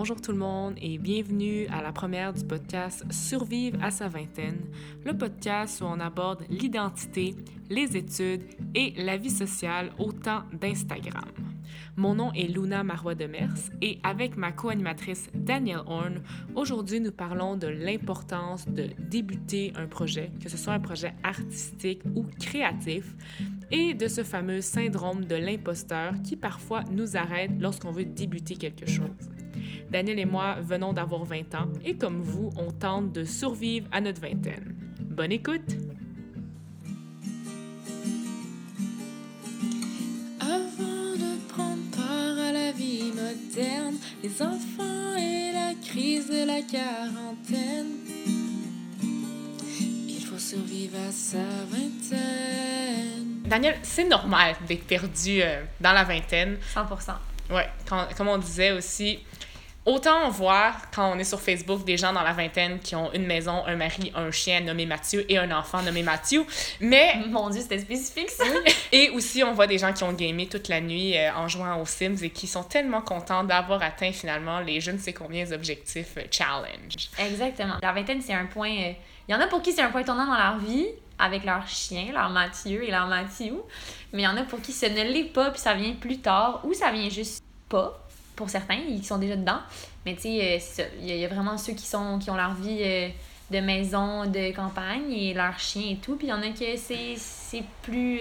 Bonjour tout le monde et bienvenue à la première du podcast Survivre à sa vingtaine, le podcast où on aborde l'identité, les études et la vie sociale au temps d'Instagram. Mon nom est Luna Marois Demers et avec ma co-animatrice Danielle Horn, aujourd'hui nous parlons de l'importance de débuter un projet, que ce soit un projet artistique ou créatif, et de ce fameux syndrome de l'imposteur qui parfois nous arrête lorsqu'on veut débuter quelque chose. Danielle et moi venons d'avoir 20 ans et comme vous, on tente de survivre à notre vingtaine. Bonne écoute! Avant de prendre part à la vie moderne, les enfants et la crise de la quarantaine, il faut survivre à sa vingtaine. Danielle, c'est normal d'être perdu dans la vingtaine. 100%. Ouais, comme on disait aussi, autant on voit quand on est sur Facebook des gens dans la vingtaine qui ont une maison, un mari, un chien nommé Mathieu et un enfant nommé Mathieu, mais... Mon Dieu, c'était spécifique ça! Et aussi, on voit des gens qui ont gamé toute la nuit en jouant aux Sims et qui sont tellement contents d'avoir atteint finalement les je ne sais combien d'objectifs challenge. Exactement. La vingtaine, c'est un point... Il y en a pour qui c'est un point tournant dans leur vie, avec leur chien, leur Mathieu et leur Mathieu, mais il y en a pour qui ce ne l'est pas, puis ça vient plus tard, ou ça vient juste pas. Pour certains, ils sont déjà dedans. Mais tu sais, c'est ça. Il y a vraiment ceux qui ont leur vie de maison, de campagne et leur chien et tout. Puis il y en a que c'est plus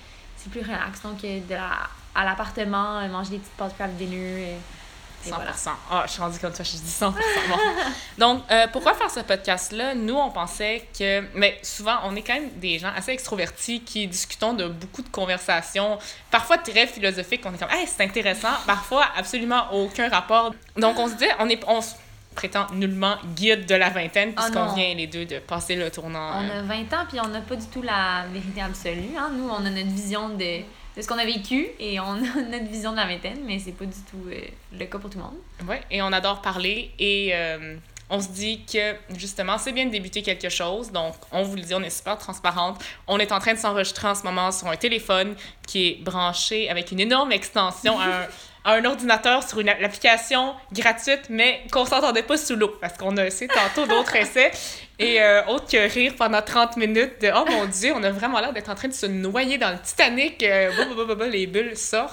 relax. Donc, à l'appartement, manger des petites pâtes crab dinner. 100%. Voilà. Ah, je suis rendue comme toi, je dis 100%. Bon. Donc, pourquoi faire ce podcast-là? Nous, on pensait que... Mais souvent, on est quand même des gens assez extrovertis qui discutons de beaucoup de conversations, parfois très philosophiques. On est comme, hey, c'est intéressant. Parfois, absolument aucun rapport. Donc, on se dit, on se prétend nullement guide de la vingtaine, puisqu'on vient les deux de passer le tournant. On a 20 ans, puis on n'a pas du tout la vérité absolue. Hein? Nous, on a notre vision de ce qu'on a vécu et on a notre vision de la vingtaine, mais c'est pas du tout le cas pour tout le monde. Oui, et on adore parler et on se dit que justement, c'est bien de débuter quelque chose. Donc, on vous le dit, on est super transparente. On est en train de s'enregistrer en ce moment sur un téléphone qui est branché avec une énorme extension à un ordinateur sur l'application gratuite, mais qu'on s'entendait pas sous l'eau parce qu'on a essayé tantôt d'autres essais. Et autre que rire pendant 30 minutes de « Oh mon Dieu, on a vraiment l'air d'être en train de se noyer dans le Titanic. Les bulles sortent. »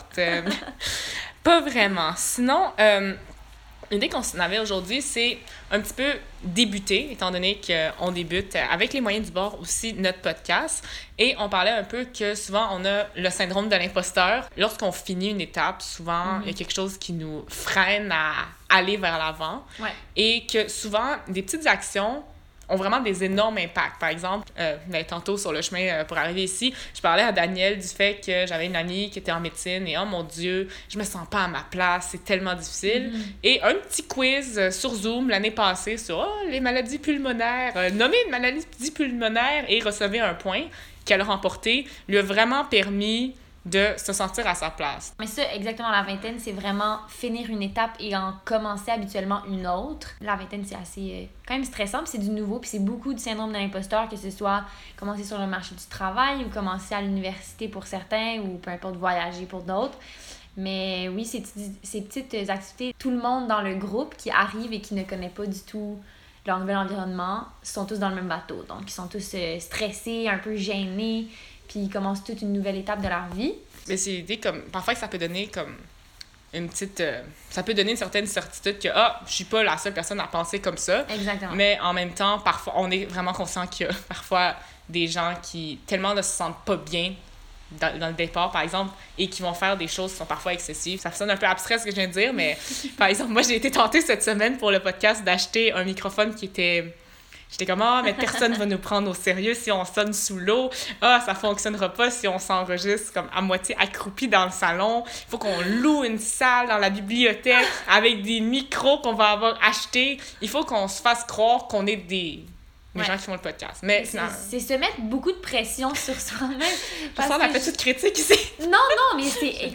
Pas vraiment. Sinon, l'idée qu'on avait aujourd'hui, c'est un petit peu débuter, étant donné qu'on débute avec les moyens du bord aussi notre podcast. Et on parlait un peu que souvent, on a le syndrome de l'imposteur. Lorsqu'on finit une étape, souvent, il y a quelque chose qui nous freine à aller vers l'avant. Ouais. Et que souvent, des petites actions ont vraiment des énormes impacts. Par exemple, tantôt sur le chemin pour arriver ici, je parlais à Danielle du fait que j'avais une amie qui était en médecine et oh mon Dieu, je me sens pas à ma place, c'est tellement difficile. Et un petit quiz sur Zoom l'année passée sur les maladies pulmonaires, nommer une maladie pulmonaire et recevez un point qu'elle a remporté, lui a vraiment permis de se sentir à sa place. Mais ça, exactement, la vingtaine, c'est vraiment finir une étape et en commencer habituellement une autre. La vingtaine, c'est assez quand même stressant, puis c'est du nouveau, puis c'est beaucoup du syndrome de l'imposteur, que ce soit commencer sur le marché du travail ou commencer à l'université pour certains ou peu importe, voyager pour d'autres. Mais oui, ces petites activités, tout le monde dans le groupe qui arrive et qui ne connaît pas du tout leur nouvel environnement sont tous dans le même bateau. Donc, ils sont tous stressés, un peu gênés, puis ils commencent toute une nouvelle étape de leur vie. Mais c'est l'idée comme parfois que ça peut donner comme une petite ça peut donner une certaine certitude que je suis pas la seule personne à penser comme ça. Exactement. Mais en même temps, parfois on est vraiment conscient qu'il y a parfois des gens qui tellement ne se sentent pas bien dans le départ, par exemple, et qui vont faire des choses qui sont parfois excessives. Ça sonne un peu abstrait ce que je viens de dire, mais par exemple, moi j'ai été tentée cette semaine pour le podcast d'acheter un microphone qui était... J'étais comme, mais personne va nous prendre au sérieux si on sonne sous l'eau. Ça fonctionnera pas si on s'enregistre comme à moitié accroupi dans le salon. Il faut qu'on loue une salle dans la bibliothèque avec des micros qu'on va avoir achetés. Il faut qu'on se fasse croire qu'on est des gens qui font le podcast. Mais c'est se mettre beaucoup de pression sur soi-même. Je sens la petite critique ici. Non, mais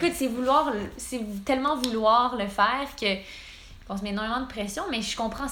c'est tellement vouloir le faire qu'on se met énormément de pression, mais je comprends,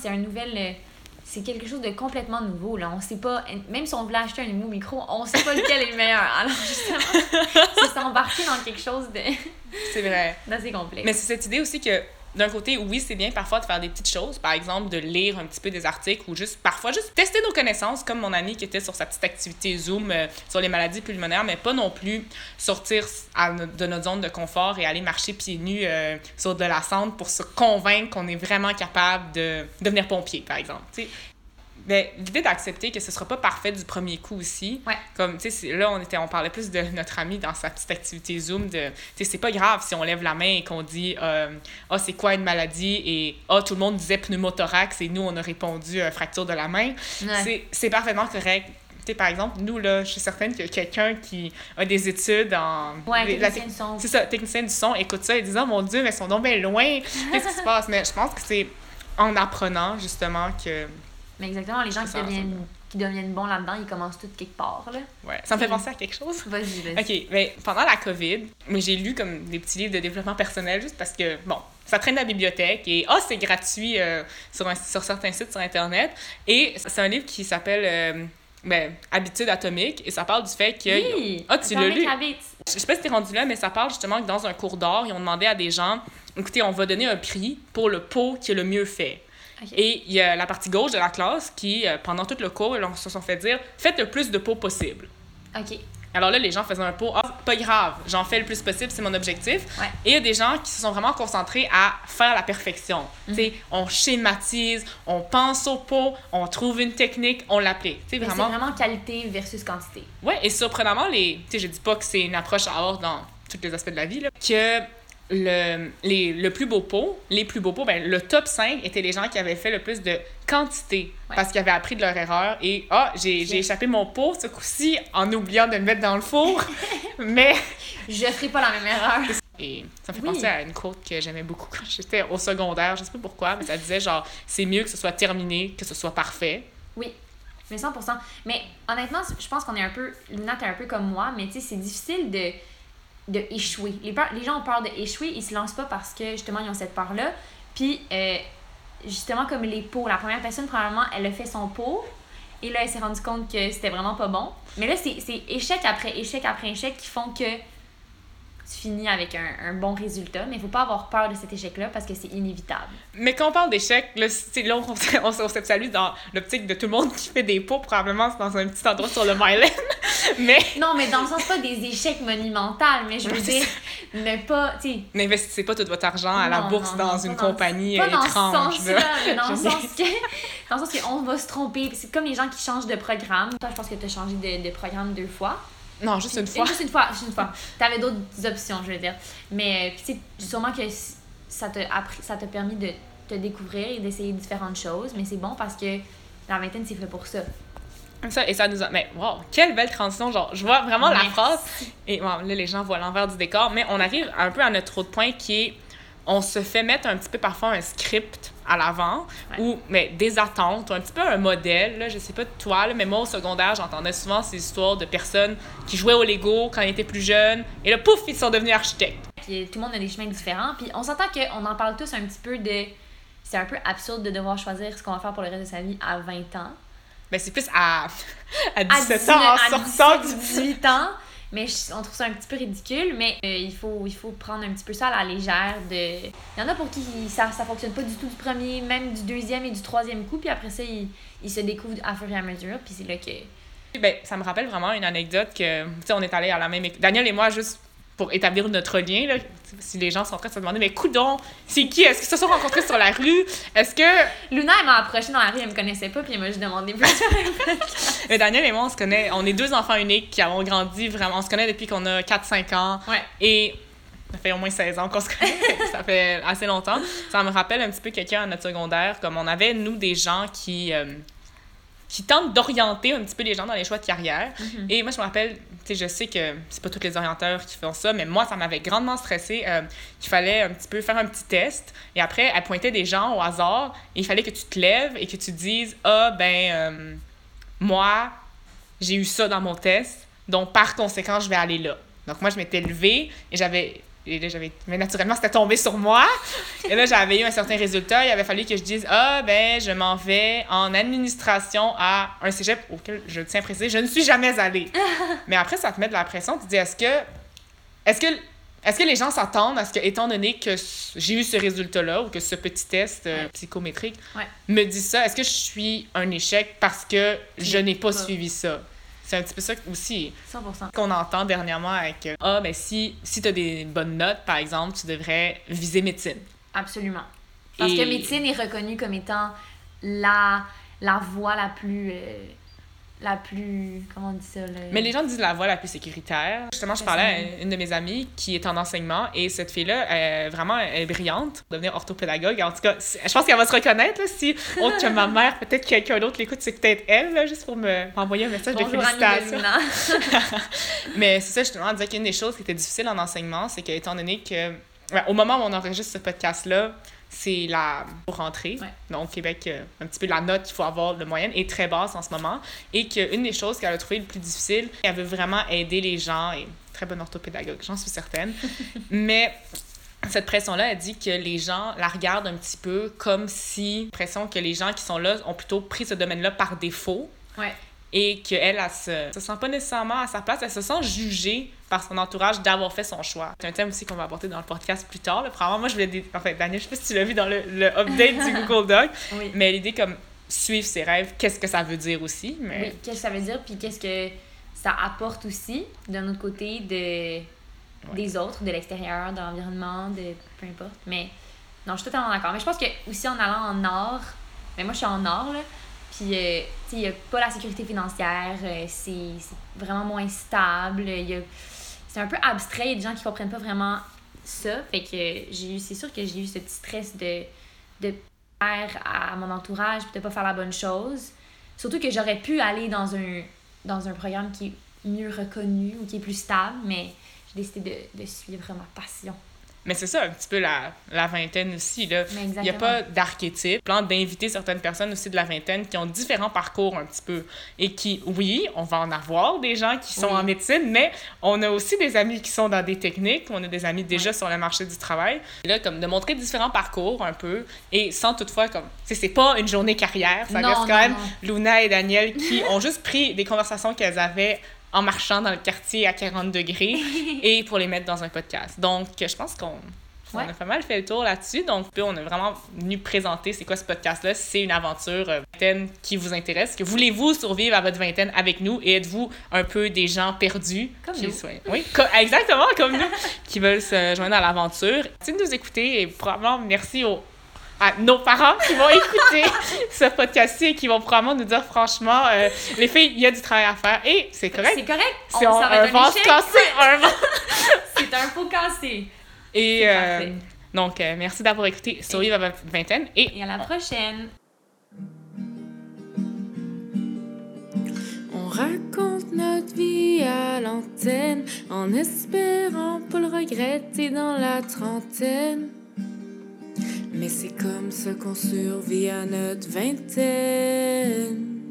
c'est quelque chose de complètement nouveau, là. On sait pas, même si on voulait acheter un nouveau micro, on sait pas lequel est le meilleur. Alors, justement, c'est s'embarquer dans quelque chose c'est vrai. d'assez complexe. Mais c'est cette idée aussi que d'un côté, oui, c'est bien parfois de faire des petites choses, par exemple de lire un petit peu des articles ou juste parfois juste tester nos connaissances, comme mon amie qui était sur sa petite activité Zoom sur les maladies pulmonaires, mais pas non plus sortir de notre zone de confort et aller marcher pieds nus sur de la cendre pour se convaincre qu'on est vraiment capable de devenir pompier, par exemple. T'sais. Mais l'idée d'accepter que ce sera pas parfait du premier coup aussi. Ouais. Comme, tu sais, là, on parlait plus de notre ami dans sa petite activité Zoom de, tu sais, c'est pas grave si on lève la main et qu'on dit, c'est quoi une maladie? Et, tout le monde disait pneumothorax et nous, on a répondu fracture de la main. Ouais. C'est parfaitement correct. Tu sais, par exemple, nous, là, je suis certaine que quelqu'un qui a des études en... Ouais, technicien du son. C'est ça, technicien du son, écoute ça et dit « Oh mon Dieu, mais ils sont donc bien loin! Qu'est-ce qui se passe? » Mais je pense que c'est en apprenant, justement, que... Mais exactement, les gens qui deviennent bons là-dedans, ils commencent tous quelque part, là. Ouais, ça me fait penser à quelque chose. Vas-y. OK, mais pendant la COVID, j'ai lu comme des petits livres de développement personnel juste parce que, bon, ça traîne à la bibliothèque et, c'est gratuit sur certains sites sur Internet. Et c'est un livre qui s'appelle... Habitudes atomiques, et ça parle du fait que... Oui! Tu l'as lu? Habits. Je sais pas si t'es rendu là, mais ça parle justement que dans un cours d'art, ils ont demandé à des gens, écoutez, on va donner un prix pour le pot qui est le mieux fait. Okay. Et il y a la partie gauche de la classe qui, pendant tout le cours, ils se sont fait dire, faites le plus de pots possible. OK. Alors là, les gens faisaient un pot, pas grave, j'en fais le plus possible, c'est mon objectif. Ouais. Et il y a des gens qui se sont vraiment concentrés à faire la perfection. Tu sais, on schématise, on pense au pot, on trouve une technique, on l'applique. C'est vraiment qualité versus quantité. Ouais, et surprenamment, tu sais, je dis pas que c'est une approche à avoir dans tous les aspects de la vie, là, que le plus beau pot, les plus beaux pots, le top 5 étaient les gens qui avaient fait le plus de quantité parce qu'ils avaient appris de leur erreur et j'ai échappé mon pot ce coup-ci en oubliant de le mettre dans le four, mais... Je ferai pas la même erreur. Et ça me fait penser à une quote que j'aimais beaucoup quand j'étais au secondaire, je sais pas pourquoi, mais ça disait genre, c'est mieux que ce soit terminé que ce soit parfait. Oui. Mais 100%. Mais honnêtement, je pense qu'on est un peu... Luna, t'es un peu comme moi, mais tu sais, c'est difficile de échouer. Les gens ont peur d'échouer, ils se lancent pas parce que justement ils ont cette peur-là. Puis justement comme les pots, la première personne probablement elle a fait son pot et là elle s'est rendue compte que c'était vraiment pas bon. Mais là c'est échec après échec après échec qui font que tu finis avec un bon résultat, mais il faut pas avoir peur de cet échec-là parce que c'est inévitable. Mais quand on parle d'échec, là on se salue dans l'optique de tout le monde qui fait des pots, probablement c'est dans un petit endroit sur le Myland. Mais... Non, mais dans le sens pas des échecs monumentaux, mais je veux dire, ne pas, tu sais... N'investissez pas tout votre argent à la bourse dans une compagnie pas étrange. Dans ce sens-là, mais dans le sens qu'on va se tromper. C'est comme les gens qui changent de programme. Toi, je pense que tu as changé de programme 2 fois. Non, juste une fois. Juste une fois. T'avais d'autres options, je veux dire. Mais, tu sais, sûrement que ça t'a permis de te découvrir et d'essayer différentes choses, mais c'est bon parce que la vingtaine, c'est fait pour ça. Ça, et ça nous a... Mais wow, quelle belle transition. Genre, je vois vraiment la phrase. Et bon, là, les gens voient l'envers du décor. Mais on arrive un peu à notre autre point qui est... On se fait mettre un petit peu parfois un script à l'avant ou des attentes ou un petit peu un modèle. Là, je sais pas de toi, là, mais moi, au secondaire, j'entendais souvent ces histoires de personnes qui jouaient au Lego quand ils étaient plus jeunes. Et là, pouf, ils sont devenus architectes. Puis tout le monde a des chemins différents. Puis on s'entend qu'on en parle tous un petit peu de... C'est un peu absurde de devoir choisir ce qu'on va faire pour le reste de sa vie à 20 ans. Ben, c'est plus à 17 ans, en sortant du 18 ans. Mais on trouve ça un petit peu ridicule, mais il faut prendre un petit peu ça à la légère. Il y en a pour qui ça fonctionne pas du tout du premier, même du deuxième et du troisième coup, puis après ça, ils se découvrent à fur et à mesure, puis c'est là que... Ben, ça me rappelle vraiment une anecdote que, tu sais, on est allés à la même école. Daniel et moi, juste pour établir notre lien, là, si les gens sont en train de se demander, mais coudonc, c'est qui? Est-ce qu'ils se sont rencontrés sur la rue? Est-ce que... Luna, elle m'a approchée dans la rue, elle me connaissait pas, puis elle m'a juste demandé plus. Mais Daniel et moi, on se connaît, on est 2 enfants uniques qui avons grandi vraiment, on se connaît depuis qu'on a 4-5 ans. Ouais. Et ça fait au moins 16 ans qu'on se connaît, ça fait assez longtemps. Ça me rappelle un petit peu quelqu'un à notre secondaire, comme on avait, nous, des gens qui tentent d'orienter un petit peu les gens dans les choix de carrière. Mm-hmm. Et moi, je me rappelle, tu sais, je sais que c'est pas tous les orienteurs qui font ça, mais moi, ça m'avait grandement stressée qu'il fallait un petit peu faire un petit test. Et après, elle pointait des gens au hasard et il fallait que tu te lèves et que tu dises « Ah, moi, j'ai eu ça dans mon test, donc par conséquent, je vais aller là. » Donc moi, je m'étais levée mais naturellement, c'était tombé sur moi. Et là, j'avais eu un certain résultat. Il avait fallu que je dise « Ah, je m'en vais en administration à un cégep auquel je tiens à préciser, je ne suis jamais allée. » Mais après, ça te met de la pression. Tu te dis « Est-ce que Est-ce que les gens s'attendent à ce que, étant donné que j'ai eu ce résultat-là ou que ce petit test psychométrique me dit ça, est-ce que je suis un échec parce que je n'ai pas suivi ça? C'est un petit peu ça aussi 100%. qu'on entend dernièrement avec mais si tu as des bonnes notes, par exemple, tu devrais viser médecine. Absolument. Parce que médecine est reconnue comme étant la voie la plus... comment on dit ça? Mais les gens disent la voie la plus sécuritaire. Justement, je parlais à une de mes amies qui est en enseignement et cette fille-là, vraiment, elle est brillante pour devenir orthopédagogue. En tout cas, je pense qu'elle va se reconnaître. Là, si, autre que ma mère, peut-être quelqu'un d'autre l'écoute, c'est peut-être elle, là, juste pour m'envoyer un message de félicitations. Mais c'est ça, justement, on disait qu'une des choses qui était difficile en enseignement, c'est qu'étant donné que, au moment où on enregistre ce podcast-là, c'est la rentrée. Donc, Québec, un petit peu la note qu'il faut avoir de moyenne est très basse en ce moment. Et qu'une des choses qu'elle a trouvé le plus difficile, elle veut vraiment aider les gens. Et très bonne orthopédagogue, j'en suis certaine. Mais cette pression-là, elle dit que les gens la regardent un petit peu comme si... L'impression que les gens qui sont là ont plutôt pris ce domaine-là par défaut. Et qu'elle, elle se sent pas nécessairement à sa place. Elle se sent jugée par son entourage d'avoir fait son choix. C'est un thème aussi qu'on va aborder dans le podcast plus tard. Probablement, moi, je voulais... Enfin, Daniel, je sais pas si tu l'as vu dans le update du Google Doc, mais l'idée comme suivre ses rêves, qu'est-ce que ça veut dire aussi? Mais... Oui, qu'est-ce que ça veut dire, puis qu'est-ce que ça apporte aussi, d'un autre côté, des autres, de l'extérieur, de l'environnement, de peu importe. Mais non, je suis totalement d'accord. Mais je pense que aussi en allant en art, mais moi, je suis en art, là, puis, tu sais, il n'y a pas la sécurité financière, c'est vraiment moins stable, c'est un peu abstrait, il y a des gens qui comprennent pas vraiment ça, fait que c'est sûr que j'ai eu ce petit stress de faire à mon entourage puis de pas faire la bonne chose. Surtout que j'aurais pu aller dans un programme qui est mieux reconnu ou qui est plus stable, mais j'ai décidé de suivre ma passion. Mais c'est ça, un petit peu la vingtaine aussi, là. Il n'y a pas d'archétype. Plan d'inviter certaines personnes aussi de la vingtaine qui ont différents parcours un petit peu. Et qui, oui, on va en avoir des gens qui sont en médecine, mais on a aussi des amis qui sont dans des techniques, on a des amis déjà sur le marché du travail. Et là, comme de montrer différents parcours un peu, et sans toutefois, comme, tu sais, c'est pas une journée carrière, ça reste quand même Luna et Daniel qui ont juste pris des conversations qu'elles avaient en marchant dans le quartier à 40 degrés et pour les mettre dans un podcast. Donc, je pense qu'on a pas mal fait le tour là-dessus. Donc, on est vraiment venu présenter c'est quoi ce podcast-là. C'est une aventure vingtaine qui vous intéresse. Que voulez-vous survivre à votre vingtaine avec nous et êtes-vous un peu des gens perdus? Comme nous. Oui, exactement comme nous, qui veulent se joindre à l'aventure. Merci de nous écouter et probablement merci à nos parents qui vont écouter ce podcast-ci et qui vont probablement nous dire franchement, les filles, il y a du travail à faire et c'est correct. C'est correct. C'est un vase cassé. C'est un pot cassé. Et donc, merci d'avoir écouté Survivre à votre vingtaine et à la prochaine. On raconte notre vie à l'antenne en espérant pas le regretter dans la trentaine. Mais c'est comme ça qu'on survit à notre vingtaine.